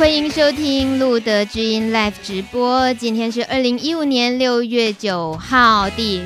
欢迎收听路德之音 Live 直播。今天是2015年6月9号，第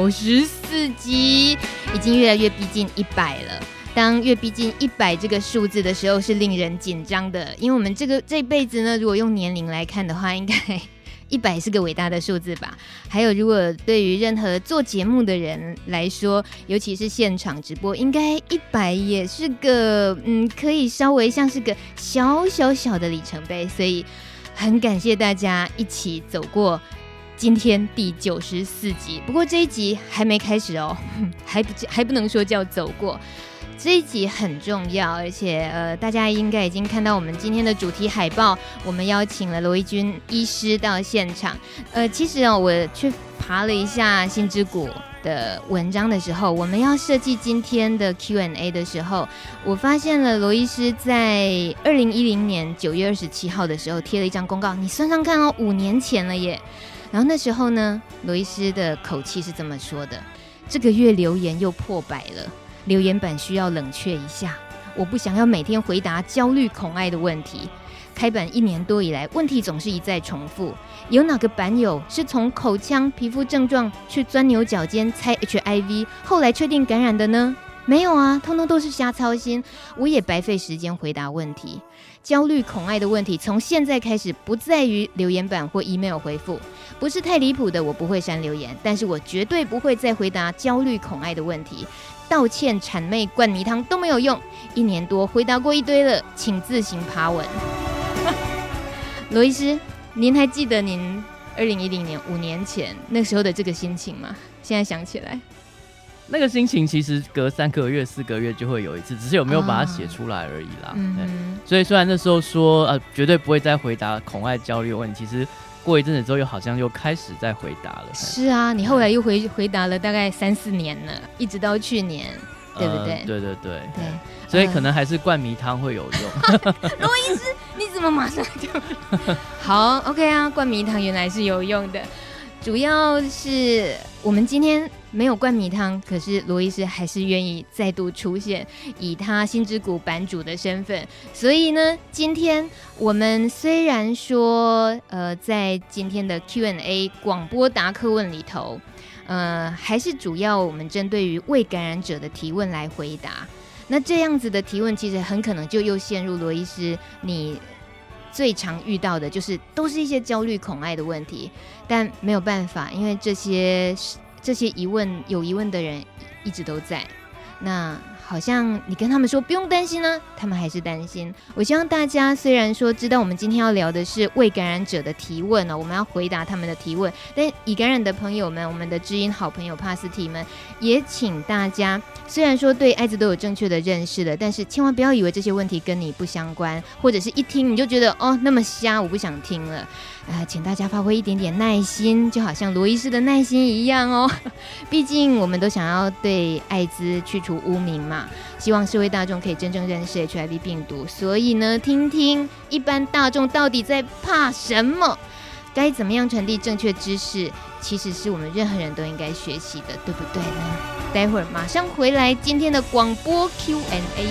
94集，已经越来越逼近100了。当越逼近100这个数字的时候，是令人紧张的，因为我们这辈子呢，如果用年龄来看的话，应该100是个伟大的数字吧。还有，如果对于任何做节目的人来说，尤其是现场直播，应该100也是个可以稍微像是个小的里程碑。所以很感谢大家一起走过今天第94集。不过这一集还没开始哦，还不能说叫走过。这一集很重要，而且大家应该已经看到我们今天的主题海报，我们邀请了罗一军医师到现场。其实我去爬了一下新之谷的文章的时候，我们要设计今天的 Q&A 的时候，我发现了罗医师在2010年9月27号的时候贴了一张公告，你算算看哦，5年前了耶。然后那时候呢，罗医师的口气是这么说的：这个月留言又破100了。留言板需要冷却一下，我不想要每天回答焦虑恐爱的问题。开版1年多以来，问题总是一再重复。有哪个版友是从口腔皮肤症状去钻牛角尖猜 HIV， 后来确定感染的呢？没有啊，通通都是瞎操心，我也白费时间回答问题。焦虑恐爱的问题从现在开始不在于留言板或 email 回复，不是太离谱的我不会删留言，但是我绝对不会再回答焦虑恐爱的问题。道歉、谄媚、灌迷汤都没有用，1年多回答过一堆了，请自行爬文。罗医师，您还记得您2010年5年前那时候的这个心情吗？现在想起来， 那个心情其实隔3个月、4个月就会有一次，只是有没有把它写出来而已啦。所以虽然那时候说绝对不会再回答恐爱焦虑的问题，其实过一阵子之后好像又开始在回答了。 是啊，你后来又回答了大概3-4年了，一直到去年，对不对？ 对，所以可能还是灌迷汤会有用。 罗医师，你怎么马上就好 ？OK 啊，灌迷汤原来是有用的。主要是我们今天没有灌迷汤，可是罗医师还是愿意再度出现，以他新之谷版主的身份。所以呢，今天我们虽然说在今天的 Q&A 广播答客问里头，还是主要我们针对于未感染者的提问来回答。那这样子的提问，其实很可能就又陷入罗医师你最常遇到的就是都是一些焦虑恐爱的问题，但没有办法，因为这些有疑问的人一直都在，那好像你跟他们说不用担心呢，他们还是担心。我希望大家虽然说知道我们今天要聊的是未感染者的提问我们要回答他们的提问，但已感染的朋友们，我们的知音好朋友帕斯提们，也请大家虽然说对艾滋都有正确的认识了，但是千万不要以为这些问题跟你不相关，或者是一听你就觉得那么瞎我不想听了。请大家发挥一点点耐心，就好像罗医师的耐心一样哦。毕竟我们都想要对艾滋去除污名嘛，希望社会大众可以真正认识 HIV 病毒。所以呢，听听一般大众到底在怕什么，该怎么样传递正确知识，其实是我们任何人都应该学习的，对不对呢？待会儿马上回来今天的广播 Q&A。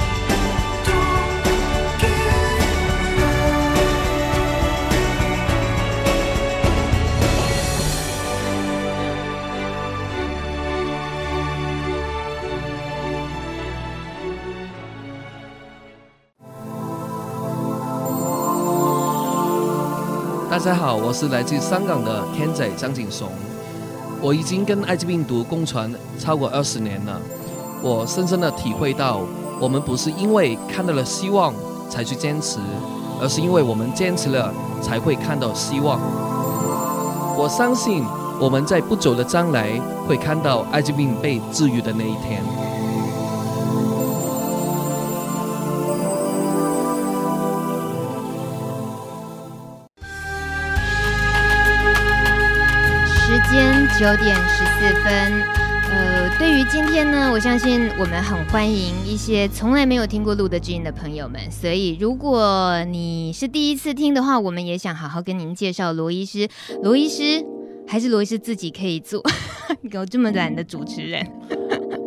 大家好，我是来自香港的天仔张景松。我已经跟艾滋病毒共存超过20年了，我深深的体会到，我们不是因为看到了希望才去坚持，而是因为我们坚持了才会看到希望。我相信我们在不久的将来会看到艾滋病被治愈的那一天。 9点14分。对于今天呢，我相信我们很欢迎一些从来没有听过路德之音的朋友们，所以如果你是第一次听的话，我们也想好好跟您介绍罗医师。罗医师还是罗医师自己可以做，有这么懒的主持人。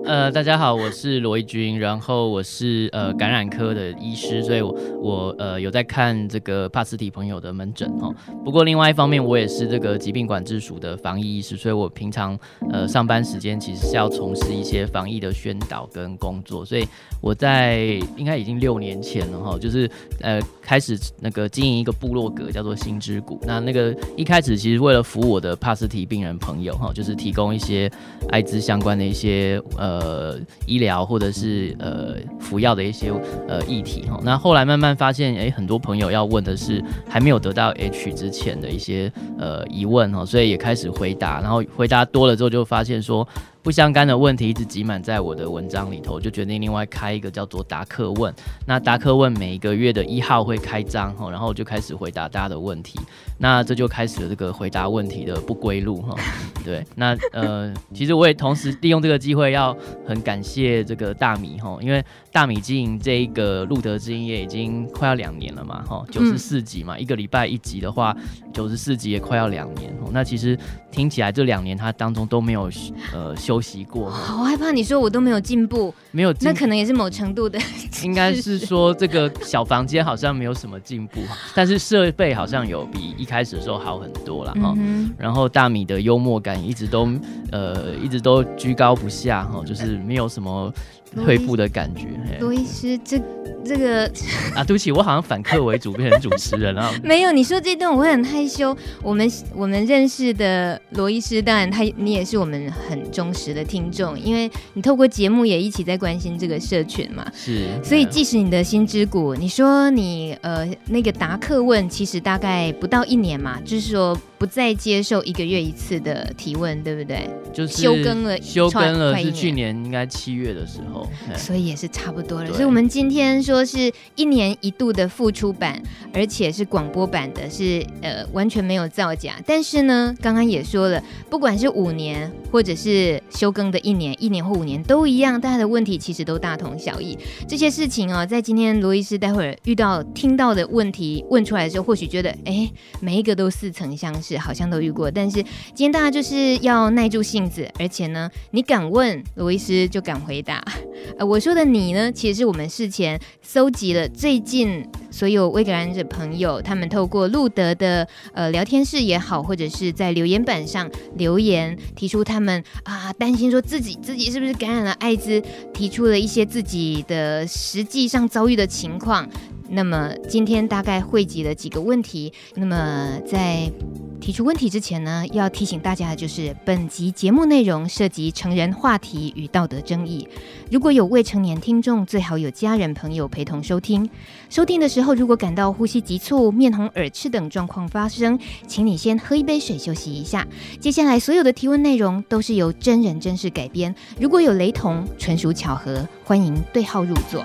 大家好，我是罗一军，然后我是感染科的医师，所以我有在看这个帕斯提朋友的门诊哦。不过另外一方面，我也是这个疾病管制署的防疫医师，所以我平常上班时间其实是要从事一些防疫的宣导跟工作，所以我在应该已经6年前了哈，就是开始那个经营一个部落格叫做心之谷。那个一开始其实为了服务我的帕斯提病人朋友哈，就是提供一些艾滋相关的一些医疗或者是服药的一些议题哈。那后来慢慢发现，很多朋友要问的是还没有得到 H 之前的一些疑问哈，所以也开始回答，然后回答多了之后就发现说，不相干的问题一直挤满在我的文章里头，就决定另外开一个叫做达克问。那达克问每一个月的1号会开张，然后就开始回答大家的问题。那这就开始了这个回答问题的不归路哈。对，那其实我也同时利用这个机会要很感谢这个大米哈，因为大米经营这一个路德之音也已经快要2年了嘛哈，94集嘛，一个礼拜1集的话，94集也快要2年。那其实听起来这2年它当中都没有休息过。 好害怕你说我都没有进步， 没有进步， 那可能也是某程度的， 应该是说这个小房间好像没有什么进步，但是设备好像有比一开始的时候好很多啦。然后大米的幽默感一直都居高不下，就是没有什么退步的感觉。 罗医师，这个啊，对不起，我好像反客为主变成主持人了。 没有，你说这段我会很害羞。我们认识的罗医师，当然你也是我们很忠实的听众，因为你透过节目也一起在关心这个社群嘛。 是， 所以即使你的心之谷，你说你那个达克问，其实大概不到1年嘛，就是说不再接受1个月1次的提问，对不对？ 就是休更了， 是去年应该7月的时候， 所以也是差不多了。所以我们今天说是1年1度的复出版，而且是广播版的，是完全没有造假。但是呢，刚刚也说了，不管是5年或者是休更的1年或5年都一样，大家的问题其实都大同小异。这些事情在今天罗医师待会儿听到的问题问出来的时候，或许觉得每一个都似曾相识，好像都遇过。但是今天大家就是要耐住性子，而且呢，你敢问罗医师就敢回答。我说的你呢，其实是我们事前搜集了最近所有微感染者朋友，他们透过路德的聊天室也好，或者是在留言板上留言，提出他们担心说自己是不是感染了艾滋，提出了一些自己的实际上遭遇的情况。那么今天大概汇集了几个问题，那么在提出问题之前呢，要提醒大家的就是本集节目内容涉及成人话题与道德争议，如果有未成年听众，最好有家人朋友陪同收听。收听的时候如果感到呼吸急促、面红耳赤等状况发生，请你先喝一杯水休息一下。接下来所有的提问内容都是由真人真事改编，如果有雷同纯属巧合，欢迎对号入座。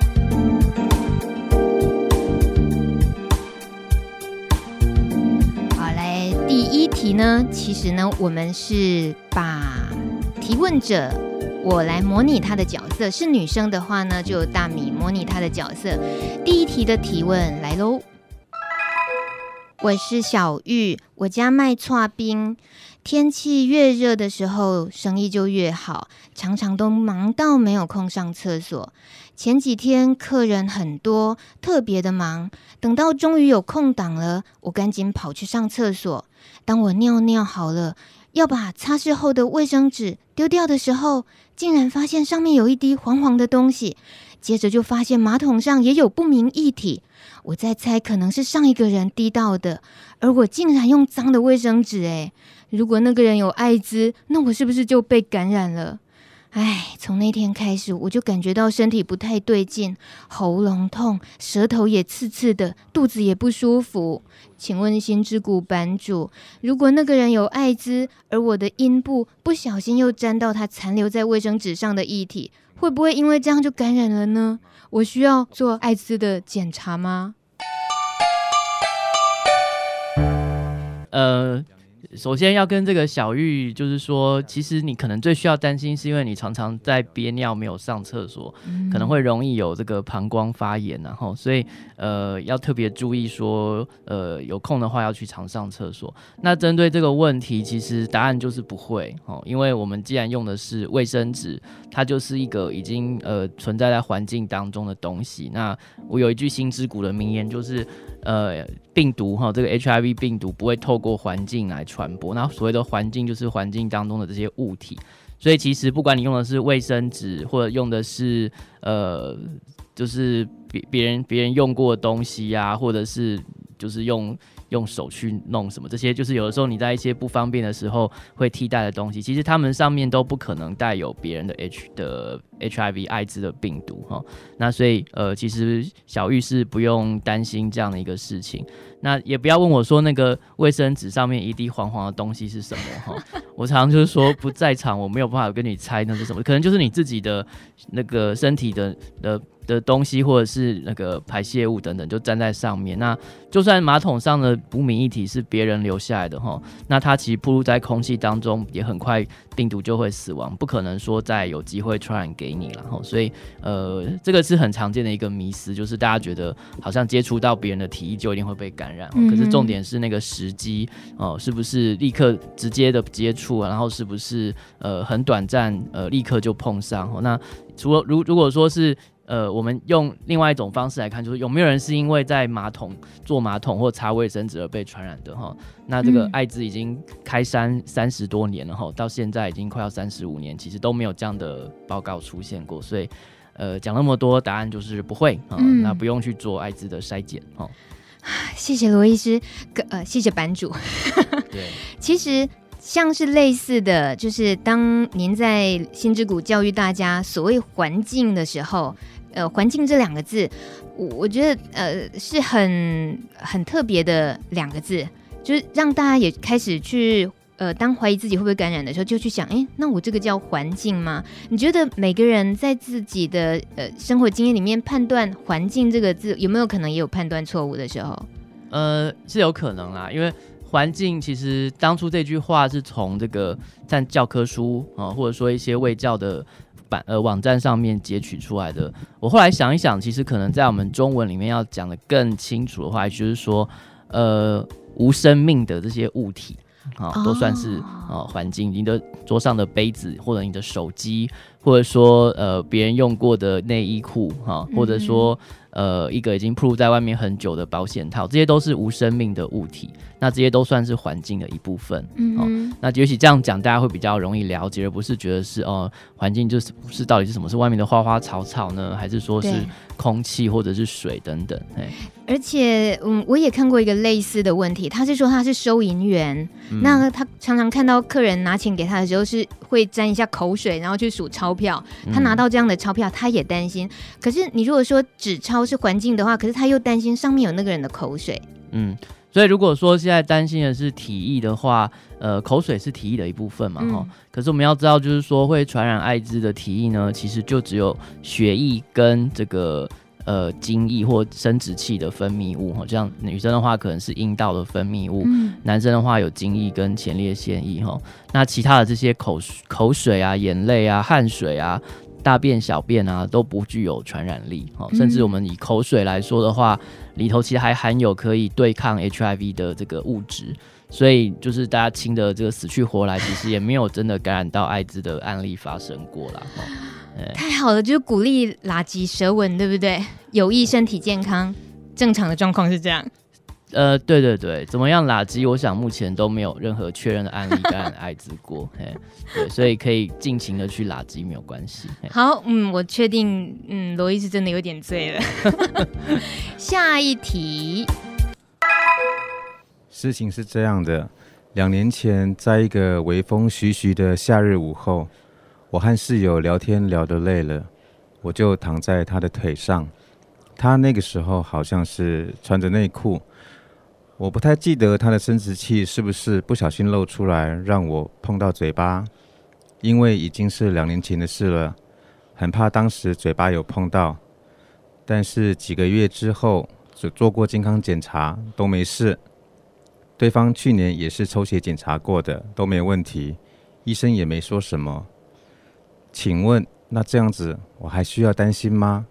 第一题呢，其实呢，我们是把提问者我来模拟他的角色，是女生的话呢，就有大米模拟他的角色。第一题的提问来咯，我是小玉，我家卖剉冰，天气越热的时候生意就越好，常常都忙到没有空上厕所。前几天客人很多，特别的忙，等到终于有空档了，我赶紧跑去上厕所。当我尿尿好了，要把擦拭后的卫生纸丢掉的时候，竟然发现上面有一滴黄黄的东西，接着就发现马桶上也有不明液体。我在猜可能是上一个人滴到的，而我竟然用脏的卫生纸。如果那个人有艾滋，那我是不是就被感染了？从那天开始我就感觉到身体不太对劲，喉咙痛，舌头也刺刺的，肚子也不舒服。请问心之谷版主，如果那个人有艾滋，而我的阴部不小心又沾到他残留在卫生纸上的液体，会不会因为这样就感染了呢？我需要做艾滋的检查吗？ 首先要跟这个小玉就是说，其实你可能最需要担心是因为你常常在憋尿没有上厕所，可能会容易有这个膀胱发炎，然后所以要特别注意说有空的话要去常上厕所。那针对这个问题，其实答案就是不会因为我们既然用的是卫生纸，它就是一个已经存在在环境当中的东西。那我有一句心之谷的名言，就是病毒这个 HIV 病毒不会透过环境来传播，那所谓的环境就是环境当中的这些物体。所以其实不管你用的是卫生纸，或者用的是就是别人用过的东西啊，或者是就是用手去弄什么，这些就是有的时候你在一些不方便的时候会替代的东西，其实它们上面都不可能带有别人的 HIV 艾滋的病毒那所以其实小玉是不用担心这样的一个事情。那也不要问我说那个卫生纸上面一滴黄黄的东西是什么我常常就是说不在场，我没有办法跟你猜那是什么，可能就是你自己的那个身体的东西，或者是那个排泄物等等，就粘在上面。那就算马桶上的不明液体是别人留下来的那它其实暴露在空气当中，也很快病毒就会死亡，不可能说再有机会传染给你了所以这个是很常见的一个迷思，就是大家觉得好像接触到别人的体液就一定会被感染可是重点是那个时机是不是立刻直接的接触，然后是不是很短暂立刻就碰上那除了如果说是我们用另外一种方式来看，就是有没有人是因为在坐马桶或擦卫生纸而被传染的那这个艾滋已经开山30多年了到现在已经快要35年，其实都没有这样的报告出现过，所以讲那么多，答案就是不会那不用去做艾滋的筛检谢谢罗医师，谢谢版主对， 其实像是类似的，就是当您在心之谷教育大家所谓环境的时候，环境这2个字，我觉得是很特别的2个字，就是让大家也开始去当怀疑自己会不会感染的时候，就去想，那我这个叫环境吗？你觉得每个人在自己的生活经验里面判断环境这个字，有没有可能也有判断错误的时候？ 是有可能啦，因为环境其实当初这句话是从这个在教科书或者说一些卫教的网站上面截取出来的。我后来想一想，其实可能在我们中文里面要讲的更清楚的话，就是说无生命的这些物体都算是环境。你的桌上的杯子，或者你的手机，或者说别人用过的内衣裤或者说一个已经暴露在外面很久的保险套，这些都是无生命的物体，那这些都算是环境的一部分那也许这样讲大家会比较容易了解，而不是觉得是环境就是到底是什么，是外面的花花草草呢，还是说是空气或者是水等等而且我也看过一个类似的问题，他是说他是收银员那他常常看到客人拿钱给他的时候是会沾一下口水，然后去数钞票，他拿到这样的钞票他也担心可是你如果说纸钞是环境的话，可是他又担心上面有那个人的口水所以如果说现在担心的是体液的话口水是体液的一部分嘛可是我们要知道，就是说会传染艾滋的体液呢，其实就只有血液跟这个精液或生殖器的分泌物像女生的话可能是阴道的分泌物男生的话有精液跟前列腺液那其他的这些口水啊、眼泪啊、汗水啊、大便小便啊都不具有传染力甚至我们以口水来说的话，里头其实还含有可以对抗 HIV 的这个物质，所以就是大家亲的这个死去活来，其实也没有真的感染到艾滋的案例发生过啦太好了，就是鼓励拉吉舌吻，对不对？有益身体健康，正常的状况是这样。 对对对，怎么样拉吉？我想目前都没有任何确认的案例感染艾滋过，对，所以可以尽情的去拉吉，没有关系。 好，我确定，罗伊是真的有点醉了。下一题， 事情是这样的，2年前，在一个微风徐徐的夏日午后，我和室友聊天聊得累了，我就躺在他的腿上。他那个时候好像是穿着内裤，我不太记得他的生殖器是不是不小心露出来让我碰到嘴巴，因为已经是2年前的事了，很怕当时嘴巴有碰到。但是几个月之后只做过健康检查都没事。 对方去年也是抽血检查过的，都没有问题，医生也没说什么。请问，那这样子我还需要担心吗？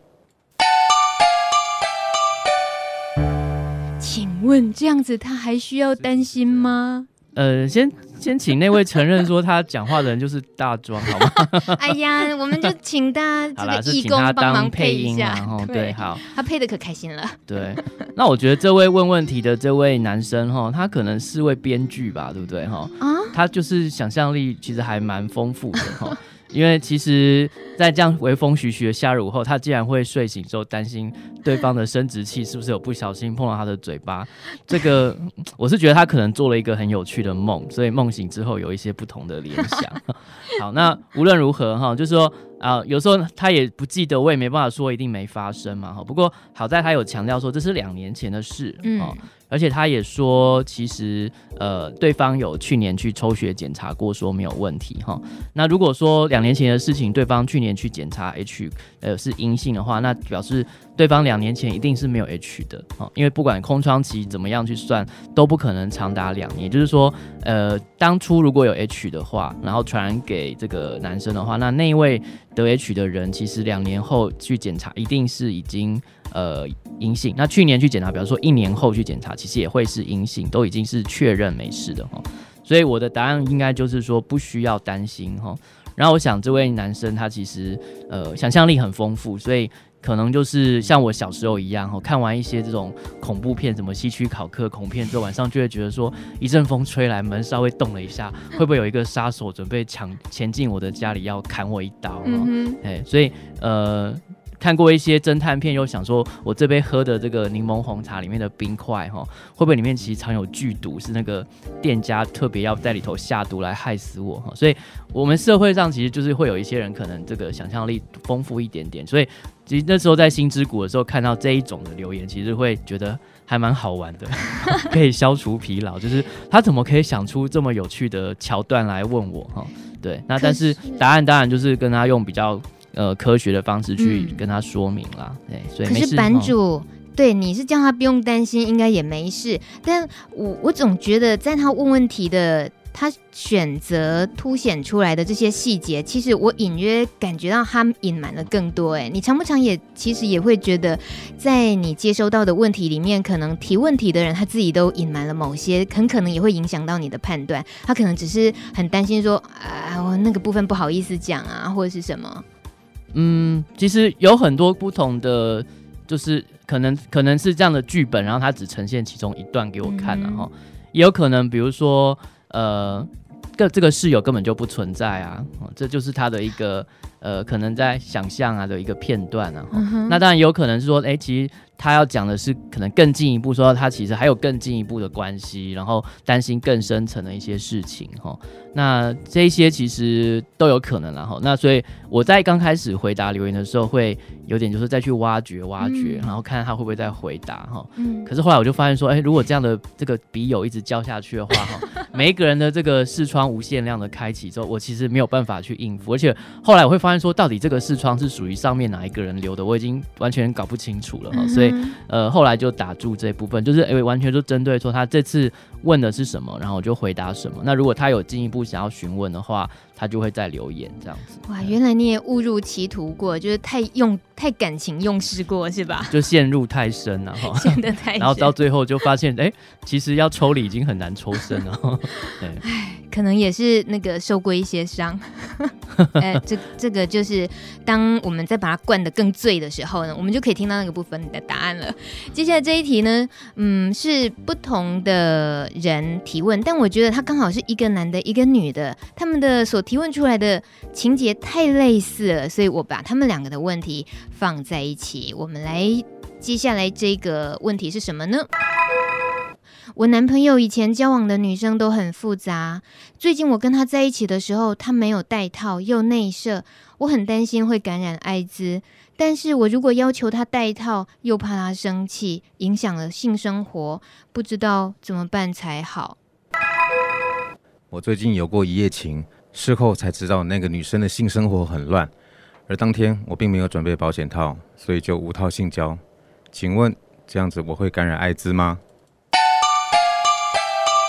请问这样子他还需要担心吗？ 先请那位承认说他讲话的人就是大庄，好吗？ 哎呀，我们就请他这个义工帮忙配一下。 对，好， 他配的可开心了。 对，那我觉得这位问问题的这位男生他可能是位编剧吧，对不对？他就是想象力其实还蛮丰富的因为其实在这样微风徐徐的夏日午后，他竟然会睡醒之后担心对方的生殖器是不是有不小心碰到他的嘴巴，这个我是觉得他可能做了一个很有趣的梦，所以梦醒之后有一些不同的联想。好，那无论如何就是说有时候他也不记得，我也没办法说一定没发生嘛。不过好在他有强调说这是2年前的事，而且他也说其实对方有去年去抽血检查过，说没有问题那如果说2年前的事情对方去年去检查 H 是阴性的话，那表示对方2年前一定是没有 H 的因为不管空窗期怎么样去算都不可能长达2年，也就是说当初如果有 H 的话，然后传染给这个男生的话，那一位得 H 的人其实2年后去检查一定是已经阴性，那去年去检查，比方说1年后去检查，其实也会是阴性，都已经是确认没事的所以我的答案应该就是说不需要担心然后我想这位男生他其实想象力很丰富，所以可能就是像我小时候一样看完一些这种恐怖片，什么西区考克恐怖片之后，晚上就会觉得说一阵风吹来，门稍微动了一下，会不会有一个杀手准备前进我的家里要砍我一刀所以看过一些侦探片，又想说我这杯喝的这个柠檬红茶里面的冰块会不会里面其实藏有剧毒，是那个店家特别要在里头下毒来害死我所以我们社会上其实就是会有一些人可能这个想象力丰富一点点，所以其实那时候在心之谷的时候看到这一种的留言，其实会觉得还蛮好玩的可以消除疲劳，就是他怎么可以想出这么有趣的桥段来问我对，那但是答案当然就是跟他用比较科学的方式去跟他说明啦对，所以没事。 可是版主对你是叫他不用担心，应该也没事，但我总觉得在他问问题的他选择凸显出来的这些细节，其实我隐约感觉到他隐瞒了更多你常不常其实也会觉得在你接收到的问题里面，可能提问题的人他自己都隐瞒了某些，很可能也会影响到你的判断，他可能只是很担心说我那个部分不好意思讲或者是什么其实有很多不同的，就是可能是这样的剧本，然后它只呈现其中一段给我看也有可能比如说这个室友根本就不存在这就是他的一个可能在想象的一个片段那当然有可能是说其实他要讲的是可能更进一步，说他其实还有更进一步的关系，然后担心更深层的一些事情那这一些其实都有可能啦那所以我在刚开始回答留言的时候会有点就是再去挖掘然后看他会不会再回答可是后来我就发现说如果这样的这个笔友一直教下去的话每一个人的这个视窗无限量的开启之后，我其实没有办法去应付，而且后来我会发现说到底这个视窗是属于上面哪一个人留的，我已经完全搞不清楚了所以后来就打住这部分，就是完全就针对说他这次问的是什么，然后我就回答什么，那如果他有进一步想要询问的话，他就会再留言这样子。 哇，原来你也误入歧途过，就是太感情用事过是吧？ 就陷入太深了陷得太深， 然后到最后就发现其实要抽离已经很难抽身了可能也是那个受过一些伤这个就是当我们再把它灌得更醉的时候呢，我们就可以听到那个部分的答案了。接下来这一题呢是不同的人提问，但我觉得他刚好是一个男的一个女的，他们的所提问出来的情节太类似了，所以我把他们两个的问题放在一起。我们来接下来这个问题是什么呢？我男朋友以前交往的女生都很复杂，最近我跟他在一起的时候，他没有戴套又内射，我很担心会感染艾滋，但是我如果要求他戴套，又怕他生气，影响了性生活，不知道怎么办才好。 我最近有过一夜情，事后才知道那个女生的性生活很乱，而当天我并没有准备保险套，所以就无套性交。请问这样子我会感染艾滋吗？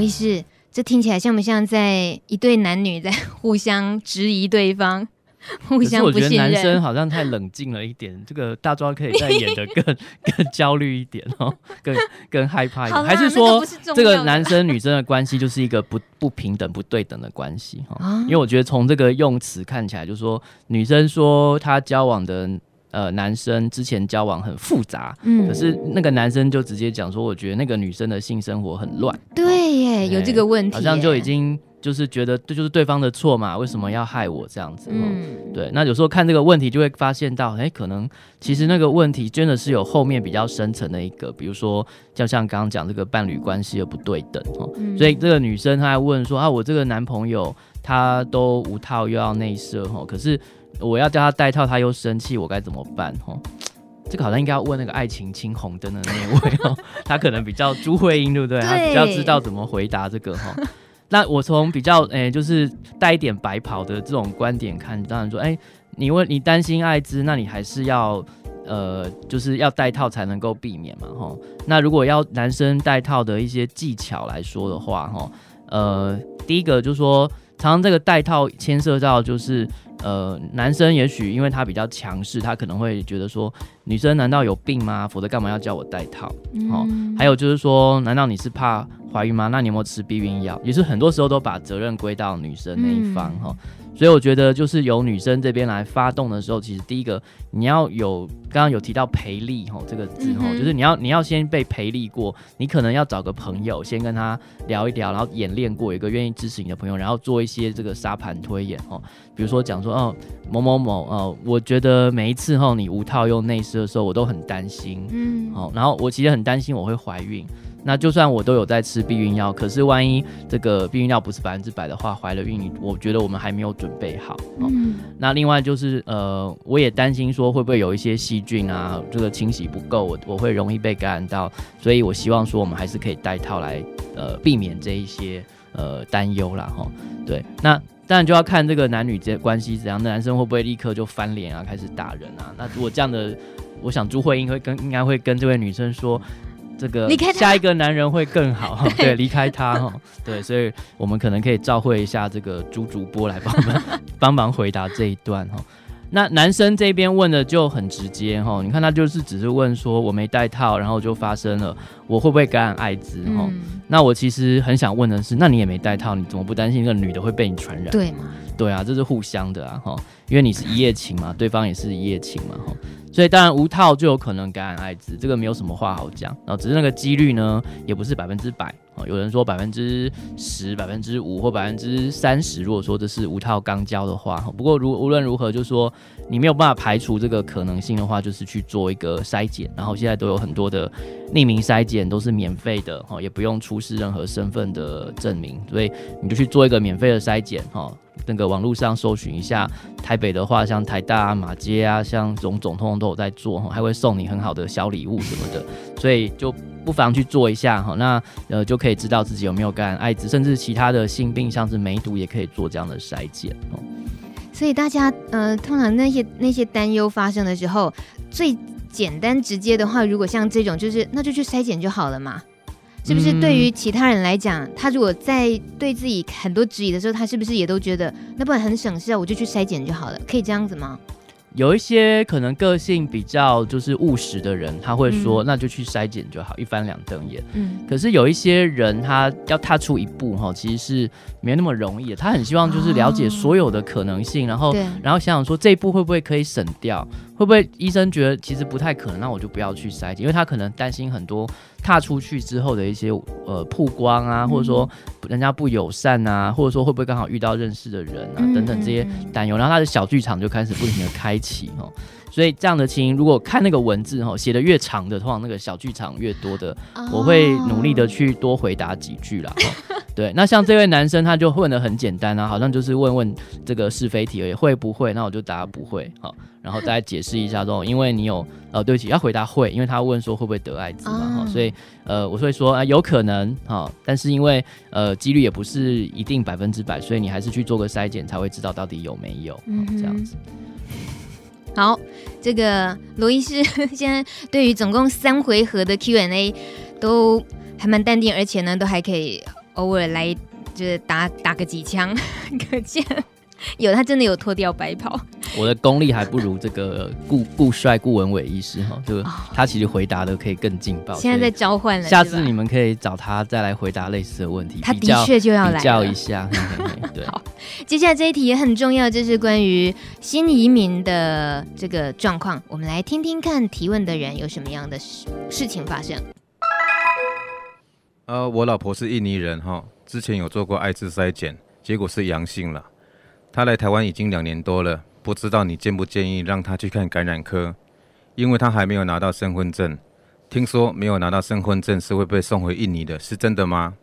罗医师，这听起来像不像在一对男女在互相质疑对方，互相不信任？ 可是我觉得男生好像太冷静了一点，这个大庄可以再演得更焦虑一点哦，更害怕一点。还是说这个男生女生的关系就是一个不平等、不对等的关系因为我觉得从这个用词看起来，就是说女生说她交往的男生之前交往很复杂，可是那个男生就直接讲说，我觉得那个女生的性生活很乱。 对耶，有这个问题， 好像就已经就是觉得这就是对方的错嘛，为什么要害我这样子？对。那有时候看这个问题就会发现到，可能其实那个问题真的是有后面比较深层的一个，比如说就像刚刚讲这个伴侣关系的不对等所以这个女生她还问说我这个男朋友他都无套又要内射可是我要叫他戴套，他又生气，我该怎么办？这个好像应该要问那个爱情青红灯的那一位他可能比较朱慧英，对不对？他比较知道怎么回答这个那我从比较就是带一点白袍的这种观点看，当然说你担心艾滋，那你还是要就是要戴套才能够避免嘛那如果要男生戴套的一些技巧来说的话第一个就是说，常常这个戴套牵涉到就是男生也许因为他比较强势，他可能会觉得说，女生难道有病吗？否则干嘛要叫我戴套？还有就是说，难道你是怕怀孕吗？那你有没有吃避孕药？也是很多时候都把责任归到女生那一方所以我觉得就是由女生这边来发动的时候，其实第一个你要有刚刚有提到培力这个字就是你要先被培力过，你可能要找个朋友先跟他聊一聊，然后演练过一个愿意支持你的朋友，然后做一些这个沙盘推演比如说讲说某某某我觉得每一次你无套用内射的时候，我都很担心然后我其实很担心我会怀孕。那就算我都有在吃避孕药，可是万一这个避孕药不是100%的话，怀了孕，我觉得我们还没有准备好那另外就是我也担心说会不会有一些细菌啊，这个清洗不够，我会容易被感染到，所以我希望说我们还是可以戴套来避免这一些担忧啦对，那当然就要看这个男女关系怎样，男生会不会立刻就翻脸啊，开始打人啊？那如果这样的，我想朱慧英应该会跟这位女生说，这个下一个男人会更好，对，离开他对，所以我们可能可以召会一下这个朱主播来帮忙回答这一段那男生这边问的就很直接你看他就是只是问说我没戴套，然后就发生了，我会不会感染艾滋那我其实很想问的是，那你也没戴套，你怎么不担心那个女的会被你传染？ 对嘛？ 对啊，这是互相的因为你是一夜情嘛，对方也是一夜情嘛所以当然无套就有可能感染艾滋，这个没有什么话好讲，然后只是那个几率呢也不是100%有人说10%、5%或30%，如果说这是无套肛交的话不过无论如何就是说你没有办法排除这个可能性的话，就是去做一个筛检，然后现在都有很多的匿名筛检都是免费的也不用出示任何身份的证明，所以你就去做一个免费的筛检那个网络上搜寻一下，台北的话像台大马街啊，像种种通通都有在做还会送你很好的小礼物什么的，所以就不妨去做一下那就可以知道自己有没有感染艾滋，甚至其他的性病像是梅毒也可以做这样的筛检所以大家通常那些担忧发生的时候，最简单直接的话，如果像这种就是那就去筛检就好了嘛，是不是？对于其他人来讲，他如果在对自己很多质疑的时候，他是不是也都觉得那不然很省事啊，我就去筛检就好了，可以这样子吗？ 有一些可能个性比较就是务实的人，他会说那就去筛检就好，一翻两瞪眼可是有一些人他要踏出一步其实是没那么容易的，他很希望就是了解所有的可能性然后想想说这一步会不会可以省掉，会不会医生觉得其实不太可能，那我就不要去筛检，因为他可能担心很多踏出去之后的一些曝光啊，或者说人家不友善啊，或者说会不会刚好遇到认识的人啊等等这些担忧，然后他的小剧场就开始不停的开启所以这样的情形，如果看那个文字写得越长的，通常那个小剧场越多的我会努力的去多回答几句啦对，那像这位男生他就问得很简单啊，好像就是问这个是非题而已，会不会？那我就答不会然后再解释一下说，因为你有对不起，要回答会，因为他问说会不会得艾滋嘛所以我会说有可能但是因为几率也不是一定100%，所以你还是去做个筛检才会知道到底有没有这样子。 好，这个罗医师现在对于总共3回合的 Q&A 都还蛮淡定，而且呢都还可以偶尔来就是打个几枪，可见他真的有脱掉白袍。 我的功力还不如这个顾文伟医师哈，就他其实回答的可以更劲爆。 现在在召唤了， 下次你们可以找他再来回答类似的问题。 他的确就要来比较一下。对， 好，接下来这一题也很重要，这是关于新移民的这个状况，我们来听听看提问的人有什么样的事情发生。 我老婆是印尼人哈，之前有做过艾滋筛检，结果是阳性了。她来台湾已经2年多了，不知道你建不建议让她去看感染科，因为她还没有拿到身份证。听说没有拿到身份证是会被送回印尼的，是真的吗？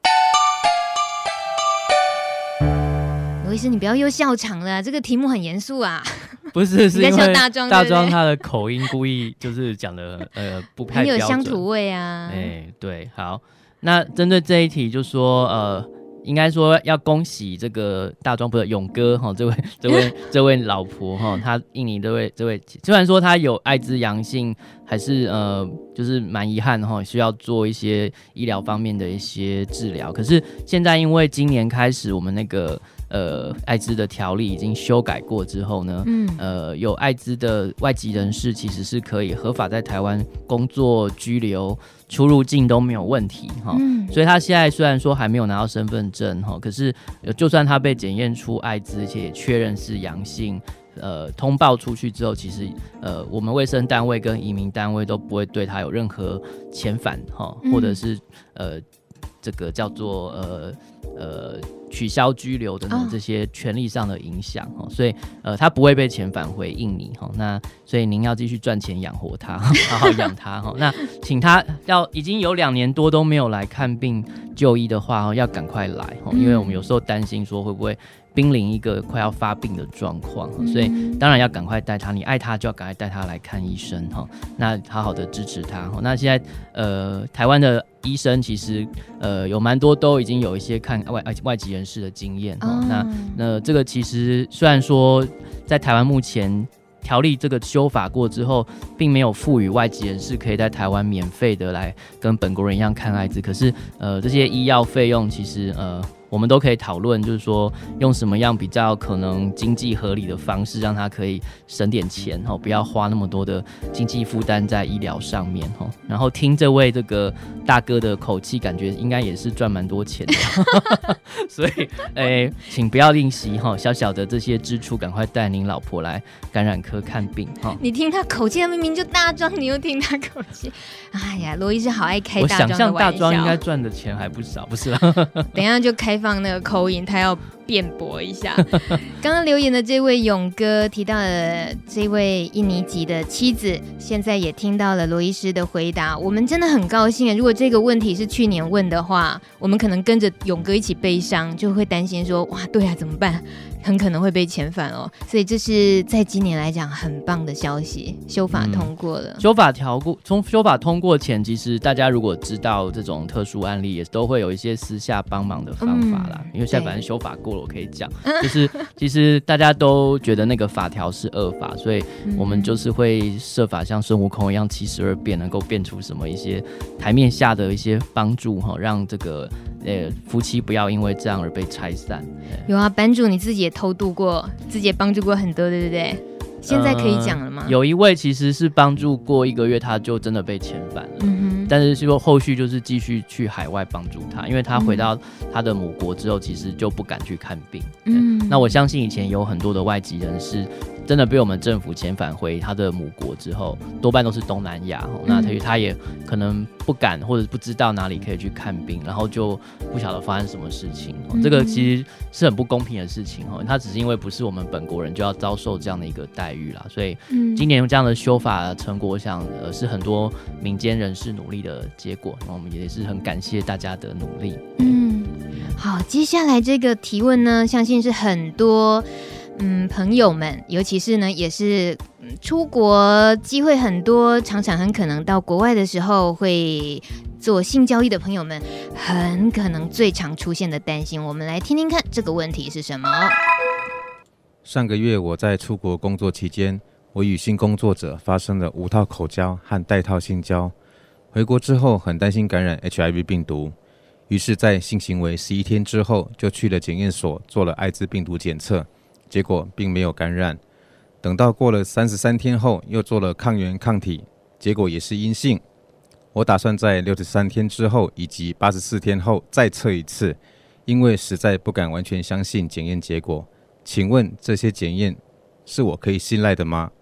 罗医师，你不要又笑场了，这个题目很严肃啊。 不是，是因为大庄他的口音故意就是讲的不太标准， 很有乡土味啊。 对，好，那针对这一题就说应该说要恭喜这个大庄不是勇哥哈，这位老婆哈，他印尼这位虽然说他有艾滋阳性，还是就是蛮遗憾哈，需要做一些医疗方面的一些治疗。可是现在因为今年开始我们那个艾滋的条例已经修改过之后呢，有艾滋的外籍人士其实是可以合法在台湾工作、居留、出入境都没有问题哈。所以他现在虽然说还没有拿到身份证哈，可是就算他被检验出艾滋，而且也确认是阳性，通报出去之后，其实我们卫生单位跟移民单位都不会对他有任何遣返哈，或者是这个叫做取消居留等等这些权利上的影响所以他不会被遣返回印尼那所以您要继续赚钱养活他，好好养他那请他已经有2年多都没有来看病就医的话要赶快来因为我们有时候担心说会不会濒临一个快要发病的状况所以当然要赶快带他，你爱他就要赶快带他来看医生那好好的支持他那现在台湾的医生其实有蛮多都已经有一些看外籍人士的经验那这个其实虽然说在台湾目前条例这个修法过之后，并没有赋予外籍人士可以在台湾免费的来跟本国人一样看艾滋，可是这些医药费用其实我们都可以讨论，就是说用什么样比较可能经济合理的方式，让他可以省点钱不要花那么多的经济负担在医疗上面然后听这位这个大哥的口气，感觉应该也是赚蛮多钱的所以请不要吝惜小小的这些支出，赶快带您老婆来感染科看病你听他口气，他明明就大庄，你又听他口气，哎呀，罗医师好爱开大庄的玩笑。 我想象大庄应该赚的钱还不少，不是啦等一下就开放那个口音，他要辩驳一下刚刚留言的这位勇哥提到了这位印尼籍的妻子，现在也听到了罗医师的回答，我们真的很高兴如果这个问题是去年问的话，我们可能跟着勇哥一起悲伤，就会担心说哇对啊怎么办，很可能会被遣返所以这是在今年来讲很棒的消息，修法通过了修法通过前，其实大家如果知道这种特殊案例，也都会有一些私下帮忙的方法啦因为现在反正修法过了，我可以讲就是其实大家都觉得那个法条是恶法，所以我们就是会设法像孙悟空一样72变，能够变出什么一些台面下的一些帮助让这个夫妻不要因为这样而被拆散。 有啊，版主你自己也偷渡过，自己也帮助过很多对不对？现在可以讲了吗？ 有一位其实是帮助过1个月，他就真的被遣返了但是说后续就是继续去海外帮助他，因为他回到他的母国之后其实就不敢去看病那我相信以前有很多的外籍人士真的被我们政府遣返回他的母国之后，多半都是东南亚那他也可能不敢或者不知道哪里可以去看病，然后就不晓得发生什么事情这个其实是很不公平的事情他只是因为不是我们本国人就要遭受这样的一个待遇啦，所以今年这样的修法成果，我想是很多民间人士努力的结果，我们也是很感谢大家的努力好，接下来这个提问呢，相信是很多朋友们，尤其是呢也是出国机会很多，常常很可能到国外的时候会做性交易的朋友们，很可能最常出现的担心，我们来听听看这个问题是什么。 上个月我在出国工作期间，我与性工作者发生了无套口交和带套性交，回国之后很担心感染 HIV 病毒， 于是在性行为11天之后就去了检验所做了艾滋病毒检测，结果并没有感染。等到过了33天后又做了抗原抗体，结果也是阴性。我打算在63天之后以及84天后再测一次，因为实在不敢完全相信检验结果。请问这些检验是我可以信赖的吗？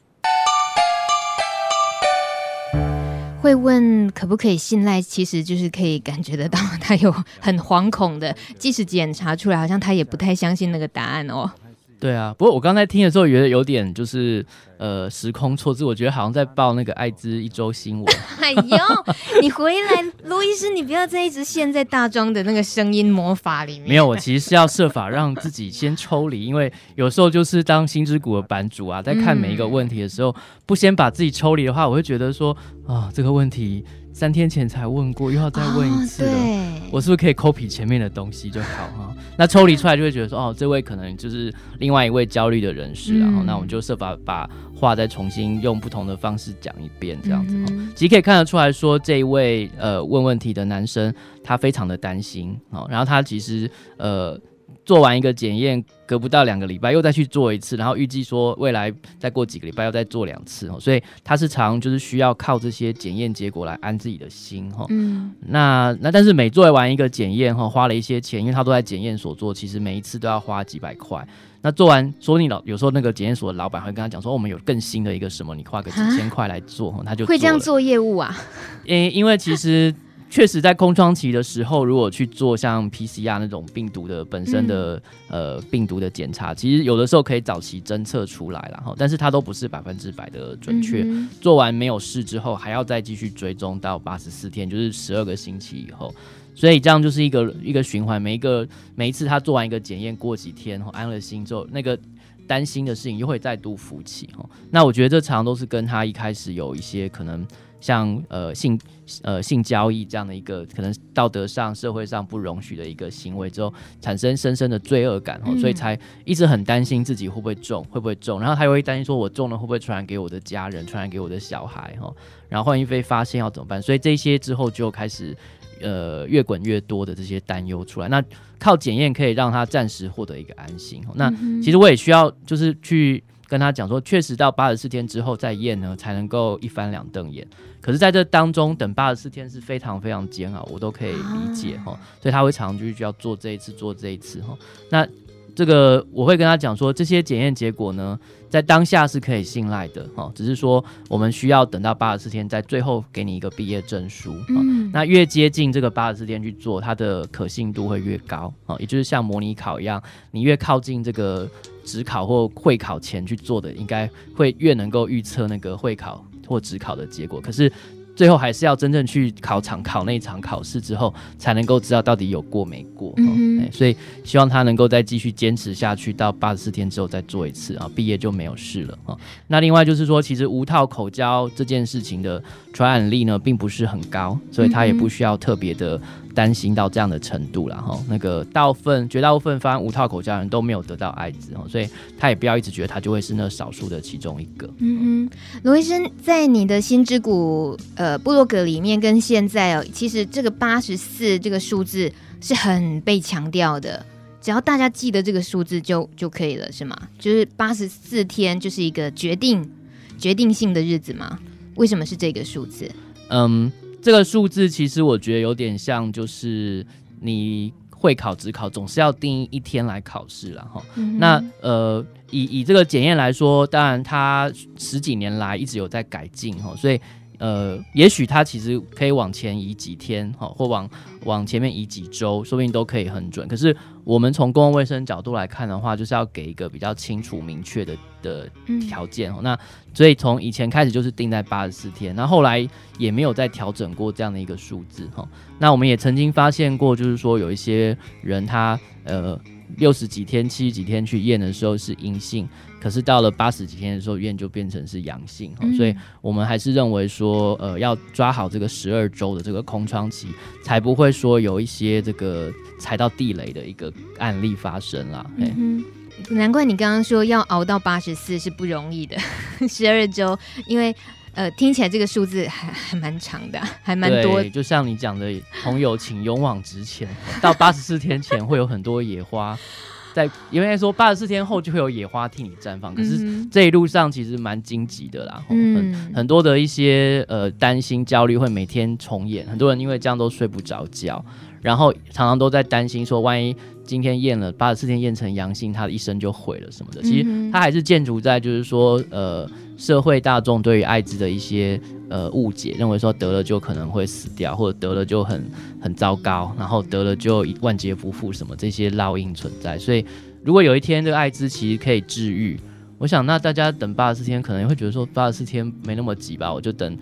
会问可不可以信赖，其实就是可以感觉得到他有很惶恐的，即使检查出来好像他也不太相信那个答案哦。 对啊，不过我刚才听的时候觉得有点就是时空错置，我觉得好像在报那个艾滋一周新闻。 哎呦，你回来，罗医师，你不要再一直陷在大庄的那个声音魔法里面。 没有，我其实是要设法让自己先抽离，因为有时候就是当心之谷的版主啊，在看每一个问题的时候，不先把自己抽离的话，我会觉得说啊，这个问题3天前才问过，又要再问一次了，我是不是可以 copy 前面的东西就好哈？那抽离出来就会觉得说，哦，这位可能就是另外一位焦虑的人士，然后那我们就设法把话再重新用不同的方式讲一遍，这样子。其实可以看得出来说，这一位问问题的男生他非常的担心，然后他其实做完一个检验，隔不到2个礼拜又再去做一次，然后预计说未来再过几个礼拜要再做2次，所以他是常就是需要靠这些检验结果来安自己的心。那但是每做完一个检验花了一些钱，因为他都在检验所做，其实每一次都要花几百块。那做完说你有时候那个检验所的老板会跟他讲说，我们有更新的一个什么，你花个几千块来做，他就做了。 会这样做业务啊？ 因为其实确实在空窗期的时候，如果去做像 PCR 那种病毒的本身的病毒的检查，其实有的时候可以早期侦测出来啦，但是它都不是100%的准确。做完没有事之后，还要再继续追踪到84天，就是12个星期以后。所以这样就是一个循环，每一次他做完一个检验，过几天安了心之后，那个担心的事情又会再度浮起。那我觉得这常常都是跟他一开始有一些可能像性交易这样的一个可能道德上社会上不容许的一个行为之后，产生深深的罪恶感，所以才一直很担心自己会不会中，然后他又会担心说我中了会不会传染给我的家人，传染给我的小孩，然后万一被发现要怎么办？所以这些之后就开始越滚越多的这些担忧出来。那靠检验可以让他暂时获得一个安心。那其实我也需要就是去跟他讲说，确实到84天之后再验呢，才能够一翻两瞪眼。可是在这当中等84天是非常非常煎熬，我都可以理解，所以他会常常就要做这一次做这一次。那这个我会跟他讲说，这些检验结果呢在当下是可以信赖的，只是说我们需要等到84天在最后给你一个毕业证书。那越接近这个84天去做，它的可信度会越高，也就是像模拟考一样，你越靠近这个指考或会考前去做的，应该会越能够预测那个会考或指考的结果。可是最后还是要真正去考那一场考试之后，才能够知道到底有过没过。所以希望他能够再继续坚持下去，到84天之后再做一次，毕业就没有事了。那另外就是说，其实无套口交这件事情的传染力呢，并不是很高，所以他也不需要特别的担心到这样的程度啦。那个绝大部分发生无套口交的人都没有得到艾滋，所以他也不要一直觉得他就会是那少数的其中一个。 罗医生，在你的心之谷部落格里面跟现在其实这个84这个数字是很被强调的，只要大家记得这个数字就可以了，是吗？就是84天就是一个决定性的日子吗？为什么是这个数字？ 这个数字其实我觉得有点像，就是你会考指考总是要定一天来考试啦。那以这个检验来说，当然它10几年来一直有在改进，所以也许它其实可以往前移几天，或往前面移几周，说不定都可以很准。可是我们从公共卫生角度来看的话，就是要给一个比较清楚明确的条件。那所以从以前开始就是定在84天，那后来也没有再调整过这样的一个数字。那我们也曾经发现过，就是说有一些人他60几天、70几天去验的时候是阴性，可是到了80几天的时候验就变成是阳性。所以我们还是认为说要抓好这个12周的这个空窗期，才不会说有一些这个踩到地雷的一个案例发生啦。难怪你刚刚说要熬到84是不容易的12周，因为听起来这个数字还蛮长的，还蛮多。 对，就像你讲的，朋友请勇往直前，到84天前会有很多野花。因为说84天后就会有野花替你绽放，可是这一路上其实蛮荆棘的啦，很多的一些担心焦虑会每天重演，很多人因为这样都睡不着觉，然后常常都在担心说万一今天验了84天验成阳性，他的一生就毁了什么的。其实他还是建筑在就是说社会大众对于艾滋的一些误解，认为说得了就可能会死掉，或者得了就很糟糕，然后得了就万劫不复什么这些烙印存在。所以如果有一天这个艾滋其实可以治愈，我想那大家等84天可能会觉得说84天没那么急吧，我就等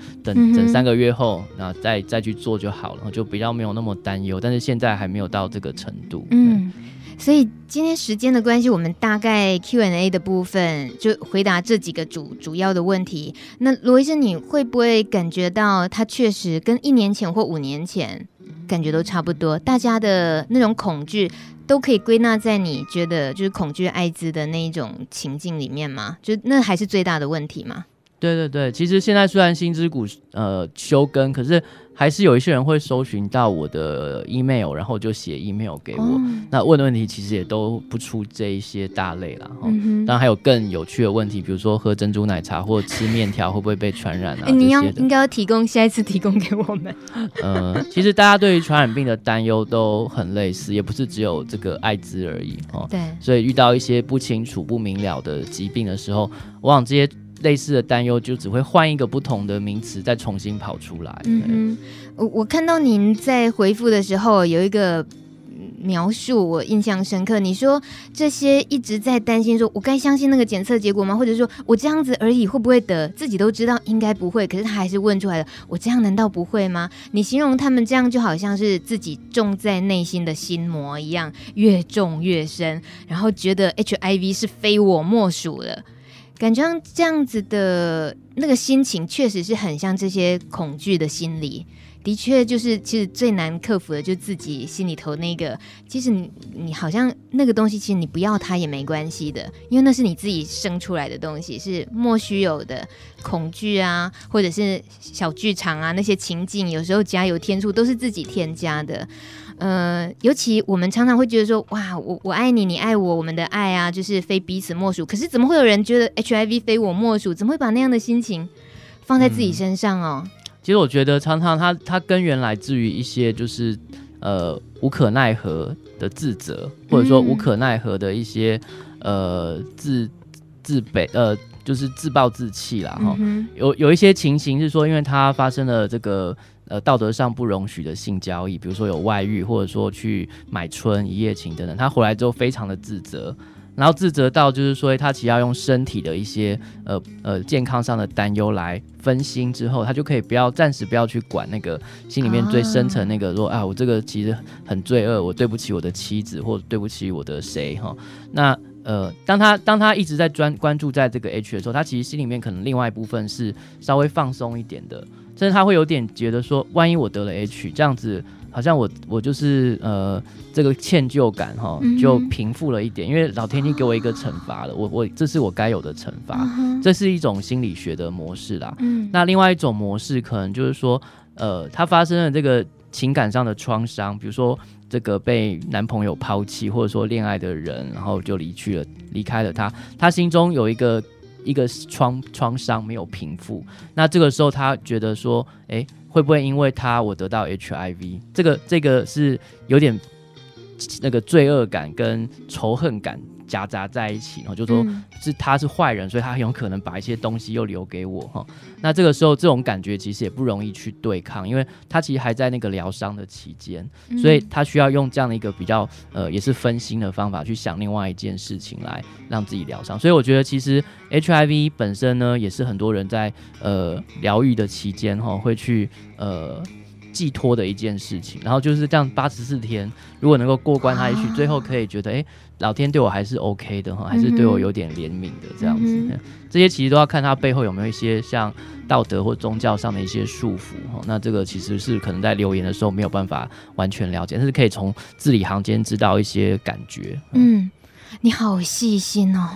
3个月后，然后再去做就好了，就比较没有那么担忧。但是现在还没有到这个程度。 所以今天时间的关系，我们大概 Q&A 的部分就回答这几个主要的问题。那罗医生，你会不会感觉到它确实跟1年前或5年前感觉都差不多？大家的那种恐惧都可以归纳在你觉得就是恐惧艾滋的那一种情境里面吗？就那还是最大的问题吗？ 对对对，其实现在虽然心之谷休更，可是还是有一些人会搜寻到我的 email， 然后就写 email 给我，那问的问题其实也都不出这一些大类啦。当然还有更有趣的问题，比如说喝珍珠奶茶或吃面条会不会被传染啊？ 你应该要下一次提供给我们。 其实大家对于传染病的担忧都很类似，也不是只有这个艾滋而已。 对， 所以遇到一些不清楚不明了的疾病的时候，往往这些类似的担忧就只会换一个不同的名词再重新跑出来。 我看到您在回复的时候有一个描述我印象深刻，你说这些一直在担心说我该相信那个检测结果吗？或者说我这样子而已会不会得，自己都知道应该不会，可是他还是问出来了，我这样难道不会吗？你形容他们这样就好像是自己种在内心的心魔一样，越种越深，然后觉得 HIV 是非我莫属了，感觉上这样子的那个心情确实是很像这些恐惧的心理，的确就是其实最难克服的就是自己心里头那个，其实你好像那个东西其实你不要它也没关系的，因为那是你自己生出来的东西，是莫须有的恐惧啊，或者是小剧场啊，那些情境有时候加油添醋都是自己添加的。尤其我们常常会觉得说，哇，我爱你，你爱我，我们的爱啊，就是非彼此莫属。可是怎么会有人觉得 HIV 非我莫属？怎么会把那样的心情放在自己身上哦？ 其实我觉得常常它根源来自于一些就是无可奈何的自责，或者说无可奈何的一些自卑就是自暴自弃啦。有一些情形是说，因为它发生了这个道德上不容许的性交易，比如说有外遇，或者说去买春一夜情等等，他回来之后非常的自责，然后自责到就是说他其实要用身体的一些健康上的担忧来分心之后，他就可以暂时不要去管那个心里面最深层那个说我这个其实很罪恶，我对不起我的妻子，或者对不起我的谁哈。那当他一直在关注在这个 H 的时候，他其实心里面可能另外一部分是稍微放松一点的，甚至他会有点觉得说，万一我得了 H， 这样子好像我就是这个歉疚感就平复了一点，因为老天已经给我一个惩罚了，我这是我该有的惩罚，这是一种心理学的模式啦。那另外一种模式可能就是说，他发生了这个情感上的创伤，比如说这个被男朋友抛弃，或者说恋爱的人然后就离开了他心中有一个创伤没有平复，那这个时候他觉得说，会不会因为我得到 HIV， 这个是有点那个罪恶感跟仇恨感夹杂在一起，就说他是坏人，所以他很有可能把一些东西又留给我。那这个时候这种感觉其实也不容易去对抗，因为他其实还在那个疗伤的期间，所以他需要用这样的一个比较也是分心的方法去想另外一件事情来让自己疗伤。所以我觉得其实 HIV 本身呢，也是很多人在疗愈的期间会去寄托的一件事情，然后就是这样84天，如果能够过关，他也许最后可以觉得老天对我还是 OK 的，还是对我有点怜悯的这样子。这些其实都要看他背后有没有一些像道德或宗教上的一些束缚，那这个其实是可能在留言的时候没有办法完全了解，但是可以从字里行间知道一些感觉。 你好细心哦。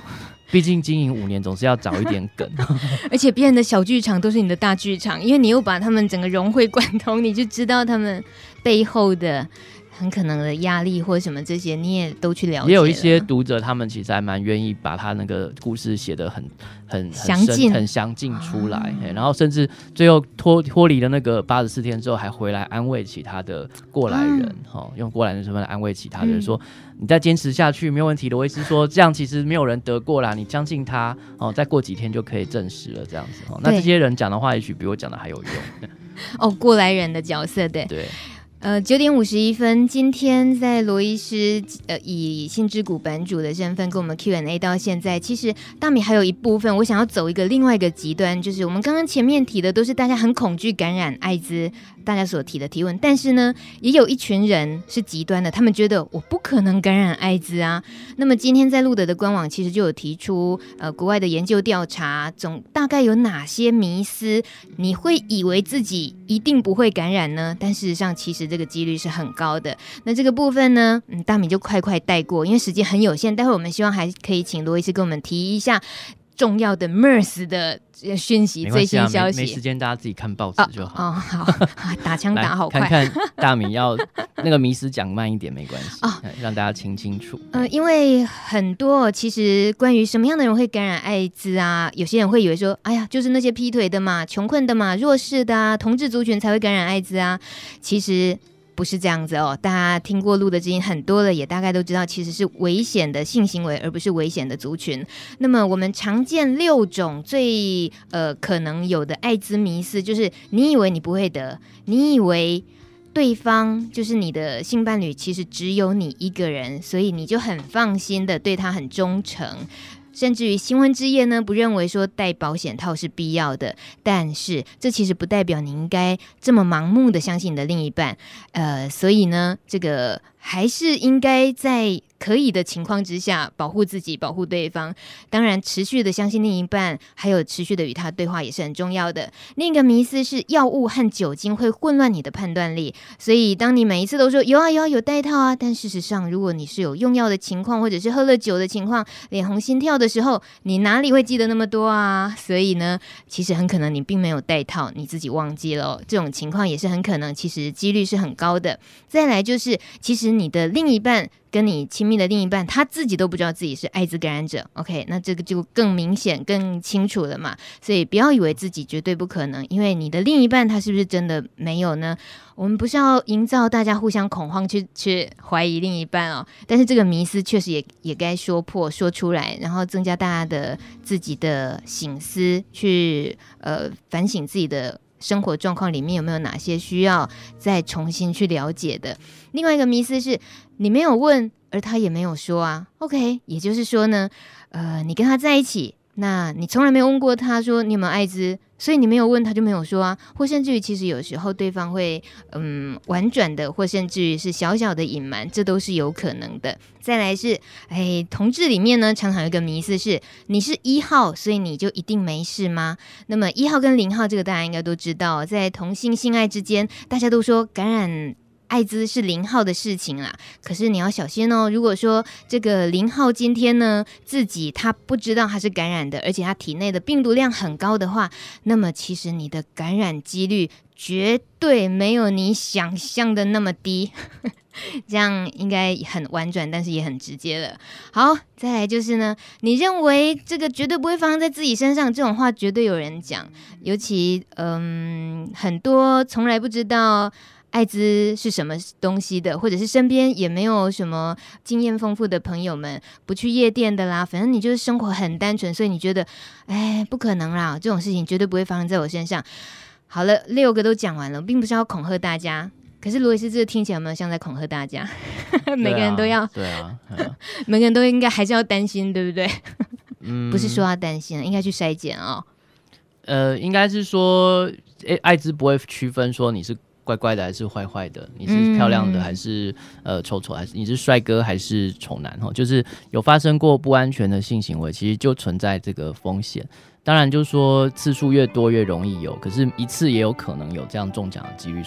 毕竟经营5年总是要找一点梗。 而且别人的小剧场都是你的大剧场，因为你又把他们整个融会贯通，你就知道他们背后的很可能的压力或什么这些你也都去了解了。 也有一些读者他们其实还蛮愿意把他那个故事写得很详尽出来，然后甚至最后脱离了那个84天之后还回来安慰其他的过来人，用过来人身份来安慰其他人，说你再坚持下去没有问题的。我意思是说这样其实没有人得过啦，你相信他，再过几天就可以证实了这样子。那这些人讲的话也许比我讲的还有用。 过来人的角色，对。9点51分，今天在罗医师以心之谷版主的身份跟我们 Q&A 到现在，其实大米还有一部分我想要走另外一个极端，就是我们刚刚前面提的都是大家很恐惧感染艾滋大家所提的提问，但是呢也有一群人是极端的，他们觉得我不可能感染艾滋啊。那么今天在路德的官网其实就有提出国外的研究调查，大概有哪些迷思你会以为自己一定不会感染呢？但事实上其实这个几率是很高的。那这个部分呢大米就快带过，因为时间很有限，待会我们希望还可以请罗医师跟我们提一下重要的 MERS 的讯息最新消息。 没时间大家自己看报纸就好。 好，打枪打好快。 看看大米要那个迷思讲慢一点没关系让大家清楚。 因为很多其实关于什么样的人会感染艾滋啊，有些人会以为说，哎呀，就是那些劈腿的嘛、穷困的嘛、弱势的啊、同志族群才会感染艾滋啊，其实不是这样子哦。大家听过路的知音很多了，也大概都知道其实是危险的性行为而不是危险的族群。那么我们常见6种最可能有的艾滋迷思，就是你以为你不会得，你以为对方就是你的性伴侣其实只有你一个人，所以你就很放心的对他很忠诚，甚至于新婚之夜呢不认为说戴保险套是必要的，但是这其实不代表你应该这么盲目的相信你的另一半，所以呢这个还是应该在可以的情况之下保护自己保护对方。当然持续的相信另一半还有持续的与他对话也是很重要的。另一个迷思是药物和酒精会混乱你的判断力，所以当你每一次都说有啊有啊有戴套啊，但事实上如果你是有用药的情况或者是喝了酒的情况，脸红心跳的时候你哪里会记得那么多啊？所以呢其实很可能你并没有戴套，你自己忘记了这种情况也是很可能，其实几率是很高的。再来就是其实你的另一半跟你亲密的另一半他自己都不知道自己是艾滋感染者 OK， 那这个就更明显更清楚了嘛。所以不要以为自己绝对不可能，因为你的另一半他是不是真的没有呢？我们不是要营造大家互相恐慌去怀疑另一半哦，但是这个迷思确实也该说破说出来，然后增加大家的自己的省思，去反省自己的生活状况里面有没有哪些需要再重新去了解的。另外一个迷思是你没有问而他也没有说啊 OK， 也就是说呢你跟他在一起，那你从来没有问过他说你有没有艾滋，所以你没有问他就没有说啊，或甚至于其实有时候对方会婉转的，或甚至于是小小的隐瞒，这都是有可能的。再来是同志里面呢常常有一个迷思是你是1号所以你就一定没事吗？那么1号跟0号这个大家应该都知道，在同性性爱之间大家都说感染艾滋是0号的事情啦，可是你要小心哦。如果说这个0号今天呢自己他不知道他是感染的，而且他体内的病毒量很高的话，那么其实你的感染几率绝对没有你想象的那么低这样应该很婉转但是也很直接了。好，再来就是呢你认为这个绝对不会发生在自己身上，这种话绝对有人讲，尤其很多从来不知道艾滋是什么东西的，或者是身边也没有什么经验丰富的朋友们，不去夜店的啦，反正你就是生活很单纯，所以你觉得不可能啦，这种事情绝对不会发生在我身上。好了，6个都讲完了，并不是要恐吓大家，可是罗医师这个听起来有没有像在恐吓大家？每个人都要对啊每个人都应该还是要担心，对不对？不是说要担心，应该去筛检哦。 应该是说艾滋不会区分说你是乖乖的还是坏坏的，你是漂亮的还是丑丑，还是你是帅哥还是丑男，就是有发生过不安全的性行为，其实就存在这个风险。当然就是说次数越多越容易有，可是一次也有可能有这样中奖的几率，所以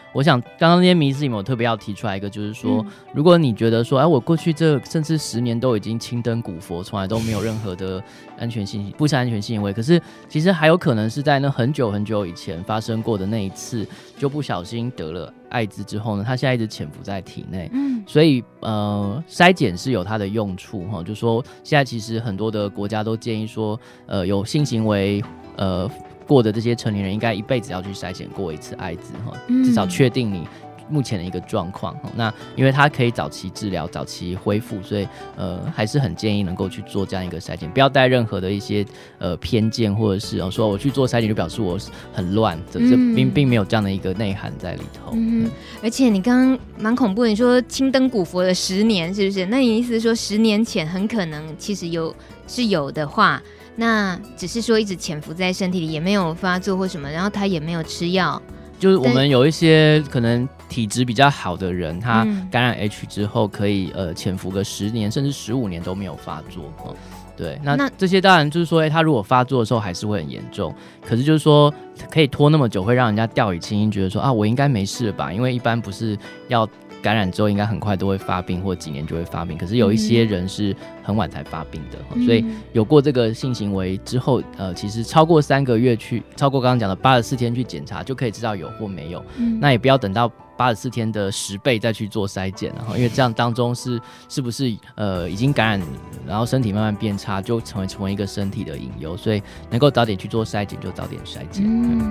我想刚刚那些迷思里面我特别要提出来一个，就是说如果你觉得说我过去甚至10年都已经青灯古佛，从来都没有任何的不是安全性行为，可是其实还有可能是在那很久很久以前发生过的那一次就不小心得了艾滋之后呢，它现在一直潜伏在体内，所以筛检是有它的用处，就说现在其实很多的国家都建议说有性行为过的这些成年人应该一辈子要去筛检过一次艾滋，至少确定你目前的一个状况。那因为它可以早期治疗早期恢复，所以还是很建议能够去做这样一个筛检，不要带任何的一些偏见，或者是说我去做筛检就表示我很乱，这并没有这样的一个内涵在里头。 而且你刚刚蛮恐怖的，你说青灯古佛的10年是不是？那你意思是说10年前很可能其实是有的话，那只是说一直潜伏在身体里，也没有发作或什么，然后他也没有吃药。 就是我们有一些可能体质比较好的人，他感染 H 之后可以潜伏个10年甚至15年都没有发作。对，那这些当然就是说他如果发作的时候还是会很严重，可是就是说可以拖那么久会让人家掉以轻心，觉得说我应该没事了吧，因为一般不是要感染之后应该很快都会发病或几年就会发病，可是有一些人是很晚才发病的，所以有过这个性行为之后其实超过3个月超过刚刚讲的84天去检查就可以知道有或没有，那也不要等到84天的10倍再去做筛检，因为这样当中是不是已经感染，然后身体慢慢变差，就成为一个身体的隐忧，所以能够早点去做筛检就早点筛检。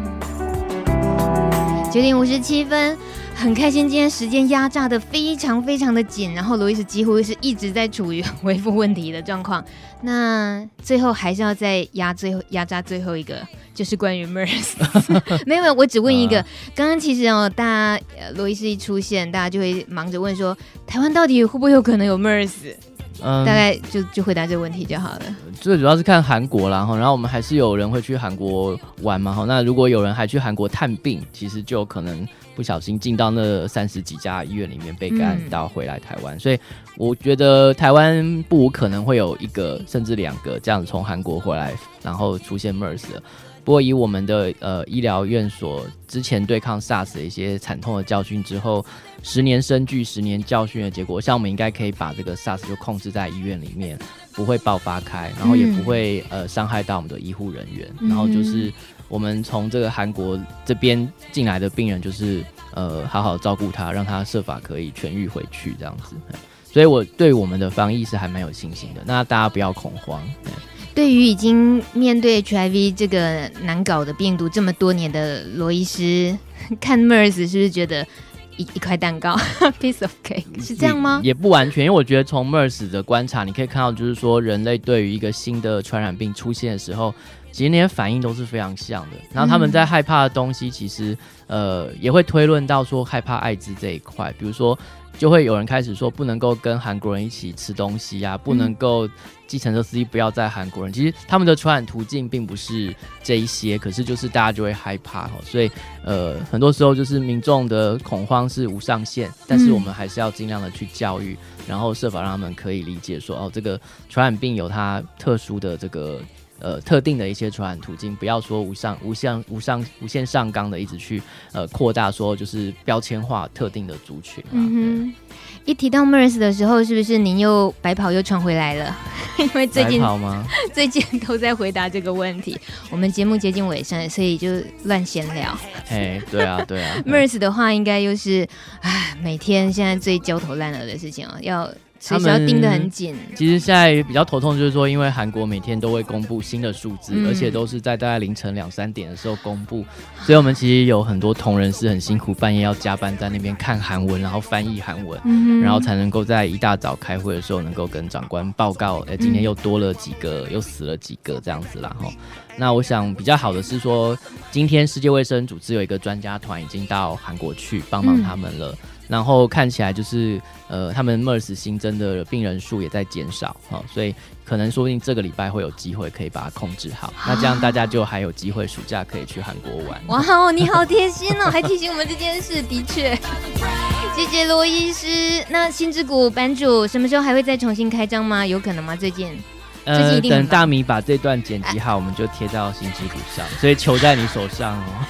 9点57分，很开心今天时间压榨的非常非常的紧，然后罗医师几乎是一直在处于回复问题的状况，那最后还是要再压榨最后一个，就是关于 MERS 没有，我只问一个，刚刚其实大家罗医师一出现，大家就会忙着问说台湾到底会不会有可能有 MERS，大概就回答这个问题就好了。 最主要是看韩国啦，然后我们还是有人会去韩国玩嘛，那如果有人还去韩国探病，其实就有可能不小心进到那30几家医院里面被感染到回来台湾，所以我觉得台湾不无可能会有1个甚至2个这样子从韩国回来然后出现 MERS 的。不过以我们的医疗院所之前对抗 SARS 的一些惨痛的教训之后，10年深具10年教训的结果，像我们应该可以把这个 SARS 就控制在医院里面，不会爆发开，然后也不会伤害到我们的医护人员，然后就是我们从这个韩国这边进来的病人，就是好好照顾他，让他设法可以痊愈回去这样子。所以我对我们的防疫是还蛮有信心的，那大家不要恐慌。 对于已经面对 HIV 这个难搞的病毒这么多年的罗医师，看 MERS 是不是觉得一块蛋糕piece of cake 是这样吗？ 也不完全，因为我觉得从 MERS 的观察，你可以看到就是说人类对于一个新的传染病出现的时候，其实那些反应都是非常像的，然后他们在害怕的东西其实也会推论到说害怕艾滋这一块，比如说就会有人开始说不能够跟韩国人一起吃东西啊，不能够计程车司机不要载韩国人，其实他们的传染途径并不是这一些，可是就是大家就会害怕，所以很多时候就是民众的恐慌是无上限，但是我们还是要尽量的去教育，然后设法让他们可以理解说这个传染病有它特殊的这个特定的一些传染途径，不要说无限上纲的一直去扩大说就是标签化特定的族群。 一提到 MERS 的时候，是不是您又白跑又传回来了？因为最近白跑吗？ 最近都在回答这个问题。我们节目接近尾声，所以就乱闲聊。 对啊。 MERS 的话，应该又是每天现在最焦头烂额的事情要随时要盯得很紧。 其实现在比较头痛就是说，因为韩国每天都会公布新的数字，而且都是在大概凌晨2-3点的时候公布，所以我们其实有很多同仁是很辛苦，半夜要加班在那边看韩文，然后翻译韩文，然后才能够在一大早开会的时候能够跟长官报告，今天又多了几个，又死了几个这样子啦。那我想比较好的是说，今天世界卫生组织有一个专家团已经到韩国去帮忙他们了。然后看起来就是他们 MERS 新增的病人数也在减少，所以可能说不定这个礼拜会有机会可以把它控制好，那这样大家就还有机会暑假可以去韩国玩。 哇，你好贴心哦，还提醒我们这件事，的确谢谢罗医师。那心之谷版主什么时候还会再重新开张吗？有可能吗？最近一定等大米把这段剪辑好，我们就贴到心之谷上，所以球在你手上哦。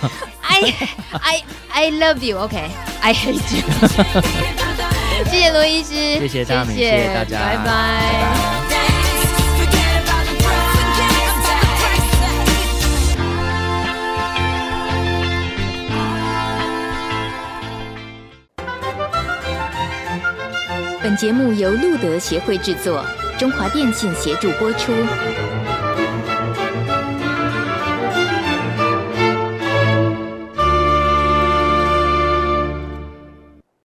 I love you. OK, I hate you. 谢谢罗医师， 谢谢大明，谢谢大家， 拜拜。 本节目由路德协会制作，中华电信协助播出。